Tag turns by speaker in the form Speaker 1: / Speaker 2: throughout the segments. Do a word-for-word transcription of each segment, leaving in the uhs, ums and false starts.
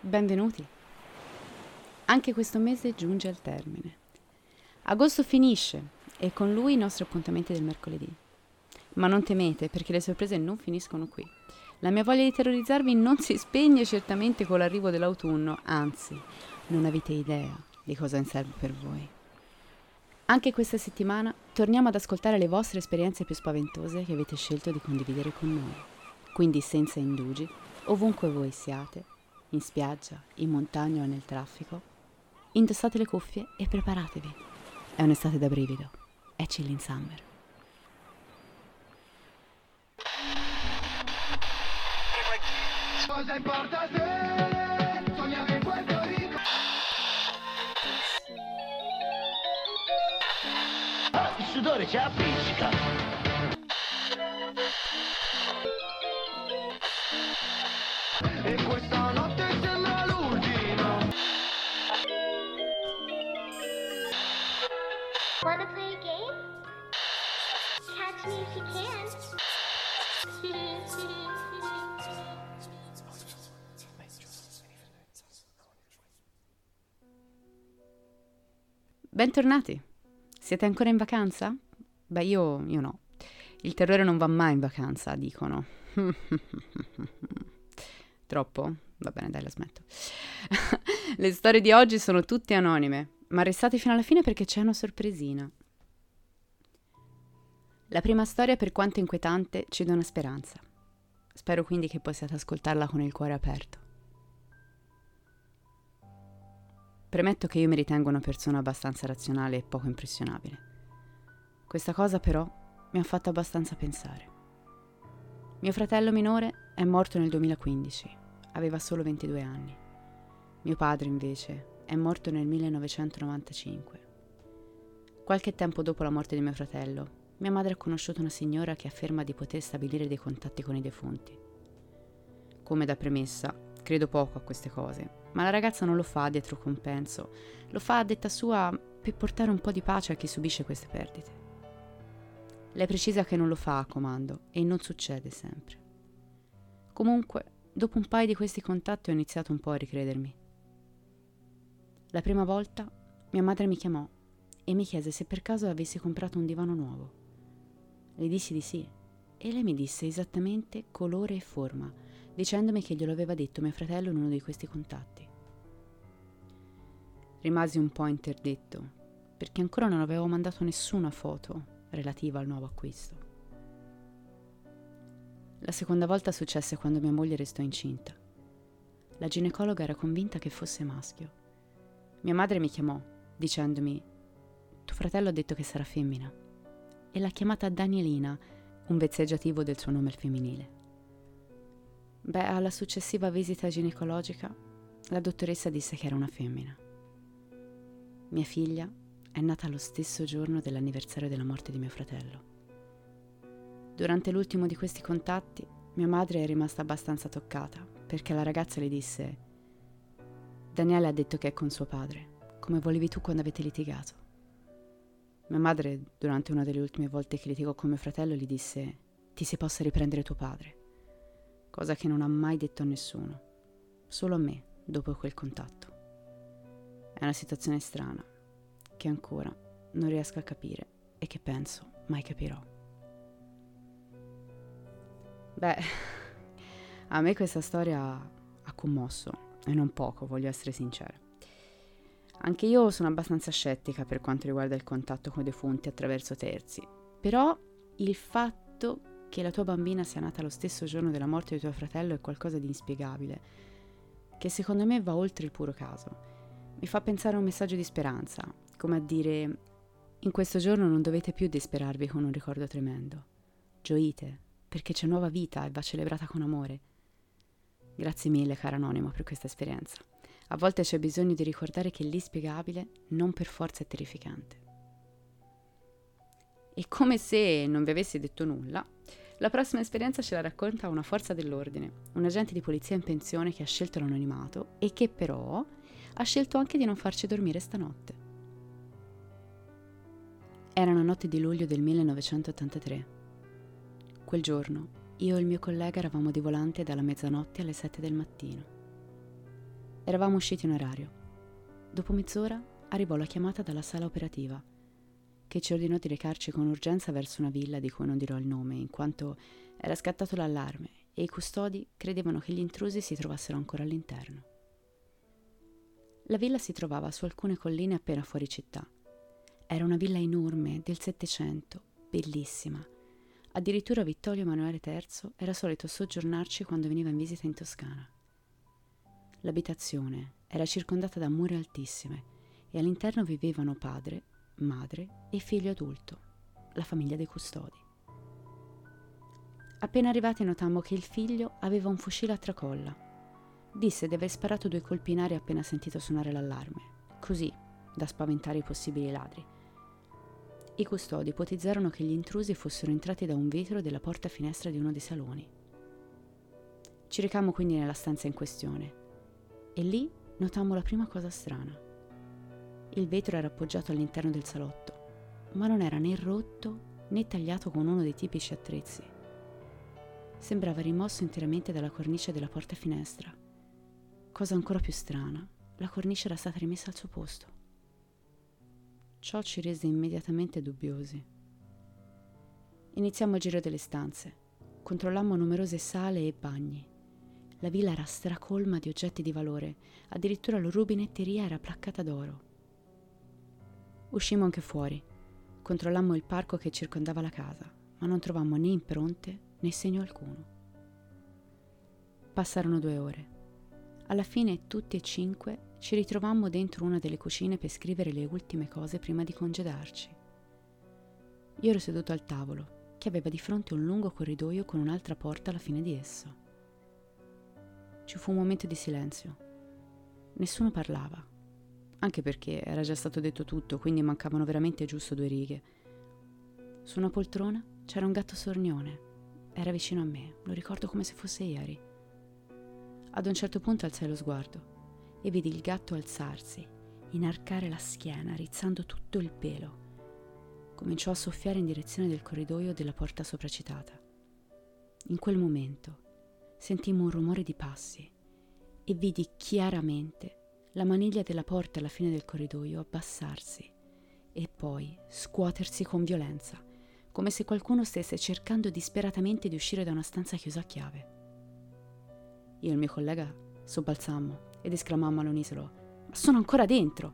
Speaker 1: Benvenuti. Anche questo mese giunge al termine. Agosto finisce e con lui i nostri appuntamenti del mercoledì. Ma non temete, perché le sorprese non finiscono qui. La mia voglia di terrorizzarvi non si spegne certamente con l'arrivo dell'autunno, anzi, non avete idea di cosa in serbo per voi. Anche questa settimana torniamo ad ascoltare le vostre esperienze più spaventose che avete scelto di condividere con noi. Quindi senza indugi, ovunque voi siate, in spiaggia, in montagna o nel traffico, indossate le cuffie e preparatevi. È un'estate da brivido. È Chilling Summer.
Speaker 2: Cosa importa se sogniamo in Puerto Rico? Ah, il sudore ci appiccica. E questa notte sembra l'ultima.
Speaker 3: Wanna play a game? Catch me if you can.
Speaker 1: Bentornati. Siete ancora in vacanza? Beh, io, io no. Il terrore non va mai in vacanza, dicono. Troppo? Va bene, dai, la smetto. Le storie di oggi sono tutte anonime, ma restate fino alla fine perché c'è una sorpresina. La prima storia, per quanto inquietante, ci dà una speranza. Spero quindi che possiate ascoltarla con il cuore aperto. Premetto che io mi ritengo una persona abbastanza razionale e poco impressionabile. Questa cosa però mi ha fatto abbastanza pensare. Mio fratello minore è morto nel duemilaquindici, aveva solo ventidue anni. Mio padre invece è morto nel millenovecentonovantacinque. Qualche tempo dopo la morte di mio fratello, mia madre ha conosciuto una signora che afferma di poter stabilire dei contatti con i defunti. Come da premessa, credo poco a queste cose, ma la ragazza non lo fa dietro compenso, lo fa a detta sua per portare un po' di pace a chi subisce queste perdite. Lei precisa che non lo fa a comando e non succede sempre. Comunque, dopo un paio di questi contatti ho iniziato un po' a ricredermi. La prima volta mia madre mi chiamò e mi chiese se per caso avessi comprato un divano nuovo. Le dissi di sì e lei mi disse esattamente colore e forma, dicendomi che glielo aveva detto mio fratello in uno di questi contatti. Rimasi un po' interdetto, perché ancora non avevo mandato nessuna foto relativa al nuovo acquisto. La seconda volta successe quando mia moglie restò incinta. La ginecologa era convinta che fosse maschio. Mia madre mi chiamò, dicendomi: tuo fratello ha detto che sarà femmina, e l'ha chiamata Danielina, un vezzeggiativo del suo nome al femminile. Beh, alla successiva visita ginecologica, la dottoressa disse che era una femmina. Mia figlia è nata lo stesso giorno dell'anniversario della morte di mio fratello. Durante l'ultimo di questi contatti, mia madre è rimasta abbastanza toccata, perché la ragazza le disse: Daniele ha detto che è con suo padre, come volevi tu quando avete litigato. Mia madre, durante una delle ultime volte che litigò con mio fratello, gli disse: ti si possa riprendere tuo padre. Cosa che non ha mai detto a nessuno, solo a me, dopo quel contatto. È una situazione strana, che ancora non riesco a capire e che penso mai capirò. Beh, a me questa storia ha commosso, e non poco, voglio essere sincera. Anche io sono abbastanza scettica per quanto riguarda il contatto con i defunti attraverso terzi, però il fatto che la tua bambina sia nata lo stesso giorno della morte di tuo fratello è qualcosa di inspiegabile, che secondo me va oltre il puro caso. Mi fa pensare a un messaggio di speranza, come a dire: in questo giorno non dovete più disperarvi con un ricordo tremendo. Gioite, perché c'è nuova vita e va celebrata con amore. Grazie mille, cara Anonimo, per questa esperienza. A volte c'è bisogno di ricordare che l'inspiegabile non per forza è terrificante. E come se non vi avessi detto nulla, la prossima esperienza ce la racconta una forza dell'ordine, un agente di polizia in pensione che ha scelto l'anonimato e che però ha scelto anche di non farci dormire stanotte. Era una notte di luglio del millenovecentottantatré. Quel giorno io e il mio collega eravamo di volante dalla mezzanotte alle sette del mattino. Eravamo usciti in orario. Dopo mezz'ora arrivò la chiamata dalla sala operativa, che ci ordinò di recarci con urgenza verso una villa di cui non dirò il nome, in quanto era scattato l'allarme e i custodi credevano che gli intrusi si trovassero ancora all'interno. La villa si trovava su alcune colline appena fuori città. Era una villa enorme del Settecento, bellissima. Addirittura Vittorio Emanuele terzo era solito soggiornarci quando veniva in visita in Toscana. L'abitazione era circondata da mura altissime e all'interno vivevano padre, madre e figlio adulto, la famiglia dei custodi. Appena arrivati notammo che il figlio aveva un fucile a tracolla. Disse di aver sparato due colpi in aria appena sentito suonare l'allarme, così da spaventare i possibili ladri. I custodi ipotizzarono che gli intrusi fossero entrati da un vetro della porta finestra di uno dei saloni. Ci recammo quindi nella stanza in questione e lì notammo la prima cosa strana. Il vetro era appoggiato all'interno del salotto, ma non era né rotto né tagliato con uno dei tipici attrezzi. Sembrava rimosso interamente dalla cornice della porta finestra. Cosa ancora più strana, la cornice era stata rimessa al suo posto. Ciò ci rese immediatamente dubbiosi. Iniziammo il giro delle stanze. Controllammo numerose sale e bagni. La villa era stracolma di oggetti di valore, addirittura la rubinetteria era placcata d'oro. Uscimmo anche fuori. Controllammo il parco che circondava la casa, ma non trovammo né impronte né segno alcuno. Passarono due ore. Alla fine tutti e cinque ci ritrovammo dentro una delle cucine per scrivere le ultime cose prima di congedarci. Io ero seduto al tavolo, che aveva di fronte un lungo corridoio con un'altra porta alla fine di esso. Ci fu un momento di silenzio. Nessuno parlava, anche perché era già stato detto tutto, quindi mancavano veramente giusto due righe. Su una poltrona c'era un gatto sornione. Era vicino a me, lo ricordo come se fosse ieri. Ad un certo punto alzai lo sguardo e vidi il gatto alzarsi, inarcare la schiena, rizzando tutto il pelo. Cominciò a soffiare in direzione del corridoio della porta sopracitata. In quel momento sentimmo un rumore di passi e vidi chiaramente la maniglia della porta alla fine del corridoio abbassarsi e poi scuotersi con violenza, come se qualcuno stesse cercando disperatamente di uscire da una stanza chiusa a chiave. Io e il mio collega sobbalzammo ed esclamammo all'unisono: «Ma sono ancora dentro!»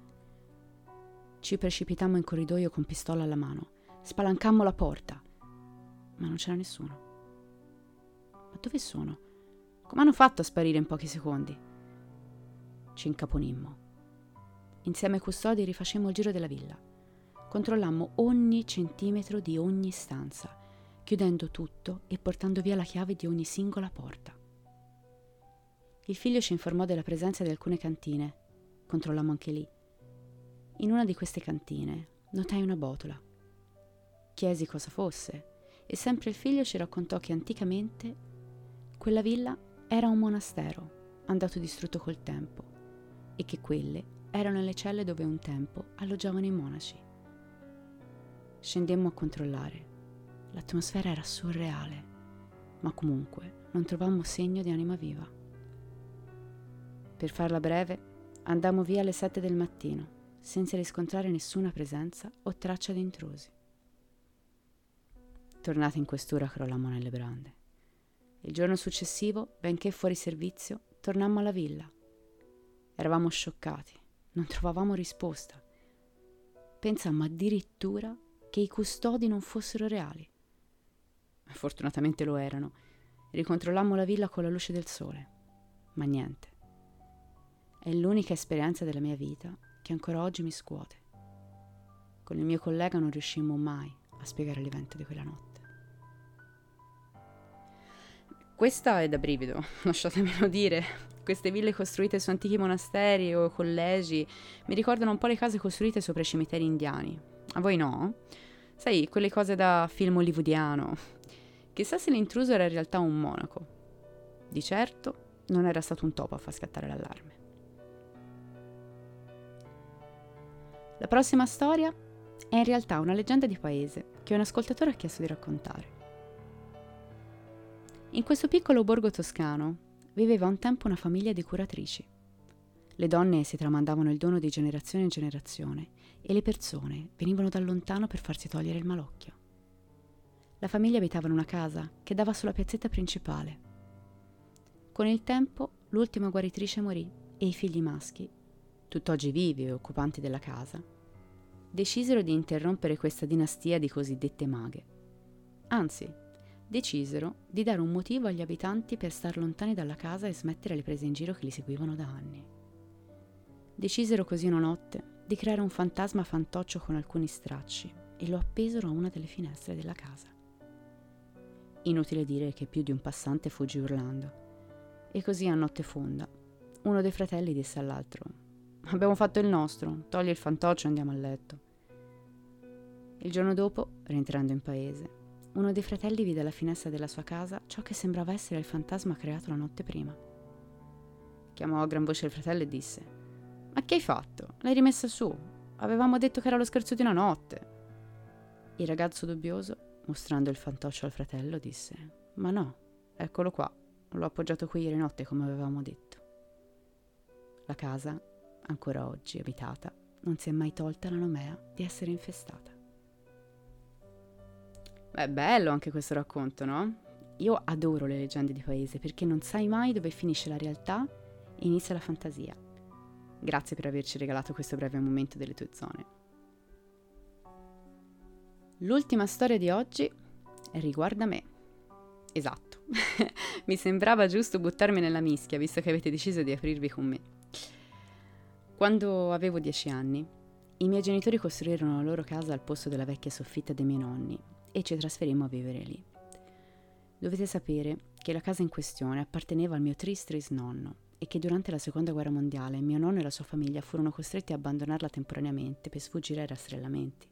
Speaker 1: Ci precipitammo in corridoio con pistola alla mano, spalancammo la porta, ma non c'era nessuno. Ma dove sono? Come hanno fatto a sparire in pochi secondi? Ci incaponimmo. Insieme ai custodi rifacemmo il giro della villa. Controllammo ogni centimetro di ogni stanza, chiudendo tutto e portando via la chiave di ogni singola porta. Il figlio ci informò della presenza di alcune cantine. Controllammo anche lì. In una di queste cantine notai una botola. Chiesi cosa fosse e sempre il figlio ci raccontò che anticamente quella villa era un monastero andato distrutto col tempo e che quelle erano le celle dove un tempo alloggiavano i monaci. Scendemmo a controllare. L'atmosfera era surreale, ma comunque non trovammo segno di anima viva. Per farla breve, andammo via alle sette del mattino, senza riscontrare nessuna presenza o traccia di intrusi. Tornati in questura, crollammo nelle brande. Il giorno successivo, benché fuori servizio, tornammo alla villa. Eravamo scioccati, non trovavamo risposta. Pensammo addirittura che i custodi non fossero reali. Fortunatamente lo erano. Ricontrollammo la villa con la luce del sole, ma niente. È l'unica esperienza della mia vita che ancora oggi mi scuote. Con il mio collega non riuscimmo mai a spiegare l'evento di quella notte. Questa è da brivido, lasciatemelo dire. Queste ville costruite su antichi monasteri o collegi mi ricordano un po' le case costruite sopra i cimiteri indiani. A voi no? Sai, quelle cose da film hollywoodiano. Chissà se l'intruso era in realtà un monaco. Di certo non era stato un topo a far scattare l'allarme. La prossima storia è in realtà una leggenda di paese che un ascoltatore ha chiesto di raccontare. In questo piccolo borgo toscano viveva un tempo una famiglia di curatrici. Le donne si tramandavano il dono di generazione in generazione e le persone venivano da lontano per farsi togliere il malocchio. La famiglia abitava in una casa che dava sulla piazzetta principale. Con il tempo l'ultima guaritrice morì e i figli maschi, tutt'oggi vivi e occupanti della casa, decisero di interrompere questa dinastia di cosiddette maghe. Anzi, decisero di dare un motivo agli abitanti per star lontani dalla casa e smettere le prese in giro che li seguivano da anni. Decisero così una notte di creare un fantasma fantoccio con alcuni stracci e lo appesero a una delle finestre della casa. Inutile dire che più di un passante fuggì urlando. E così a notte fonda, uno dei fratelli disse all'altro: «Abbiamo fatto il nostro, togli il fantoccio e andiamo a letto». Il giorno dopo, rientrando in paese, uno dei fratelli vide alla finestra della sua casa ciò che sembrava essere il fantasma creato la notte prima. Chiamò a gran voce il fratello e disse: «Ma che hai fatto? L'hai rimessa su? Avevamo detto che era lo scherzo di una notte». Il ragazzo dubbioso, mostrando il fantoccio al fratello, disse: «Ma no, eccolo qua, l'ho appoggiato qui ieri notte come avevamo detto». La casa, ancora oggi abitata, non si è mai tolta la nomea di essere infestata. Beh, bello anche questo racconto, no? Io adoro le leggende di paese perché non sai mai dove finisce la realtà e inizia la fantasia. Grazie per averci regalato questo breve momento delle tue zone. L'ultima storia di oggi riguarda me. Esatto, mi sembrava giusto buttarmi nella mischia visto che avete deciso di aprirvi con me. Quando avevo dieci anni, i miei genitori costruirono la loro casa al posto della vecchia soffitta dei miei nonni e ci trasferimmo a vivere lì. Dovete sapere che la casa in questione apparteneva al mio tris tris nonno e che durante la seconda guerra mondiale mio nonno e la sua famiglia furono costretti a abbandonarla temporaneamente per sfuggire ai rastrellamenti.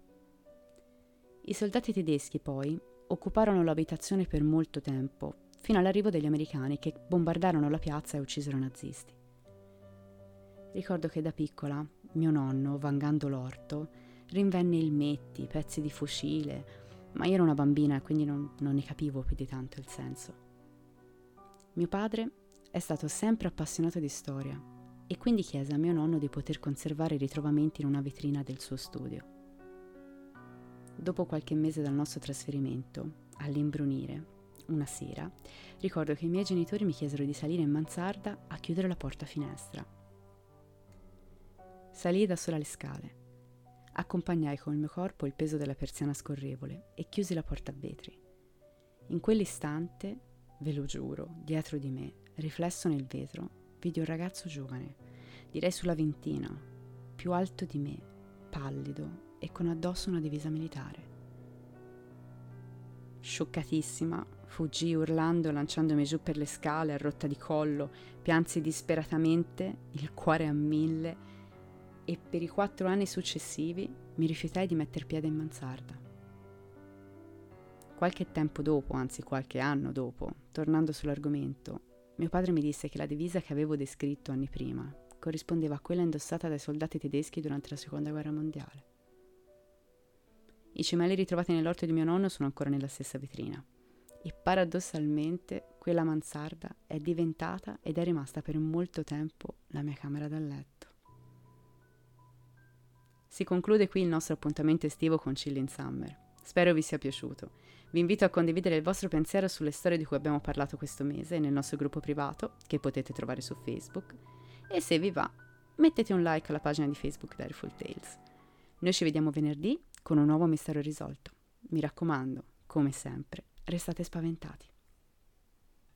Speaker 1: I soldati tedeschi poi occuparono l'abitazione per molto tempo, fino all'arrivo degli americani che bombardarono la piazza e uccisero i nazisti. Ricordo che da piccola mio nonno, vangando l'orto, rinvenne elmetti, pezzi di fucile, ma io ero una bambina e quindi non, non ne capivo più di tanto il senso. Mio padre è stato sempre appassionato di storia e quindi chiese a mio nonno di poter conservare i ritrovamenti in una vetrina del suo studio. Dopo qualche mese dal nostro trasferimento, all'imbrunire, una sera, ricordo che i miei genitori mi chiesero di salire in mansarda a chiudere la porta finestra. Salii da sola le scale, accompagnai con il mio corpo il peso della persiana scorrevole e chiusi la porta a vetri. In quell'istante, ve lo giuro, dietro di me, riflesso nel vetro, vidi un ragazzo giovane, direi sulla ventina, più alto di me, pallido e con addosso una divisa militare. Scioccatissima, fuggii urlando, lanciandomi giù per le scale a rotta di collo, piansi disperatamente, il cuore a mille, e per i quattro anni successivi mi rifiutai di metter piede in mansarda. Qualche tempo dopo, anzi qualche anno dopo, tornando sull'argomento, mio padre mi disse che la divisa che avevo descritto anni prima corrispondeva a quella indossata dai soldati tedeschi durante la seconda guerra mondiale. I cimeli ritrovati nell'orto di mio nonno sono ancora nella stessa vetrina e paradossalmente quella mansarda è diventata ed è rimasta per molto tempo la mia camera da letto. Si conclude qui il nostro appuntamento estivo con Chill in Summer. Spero vi sia piaciuto. Vi invito a condividere il vostro pensiero sulle storie di cui abbiamo parlato questo mese nel nostro gruppo privato, che potete trovare su Facebook, e se vi va, mettete un like alla pagina di Facebook Direful Tales. Noi ci vediamo venerdì con un nuovo mistero risolto. Mi raccomando, come sempre, restate spaventati.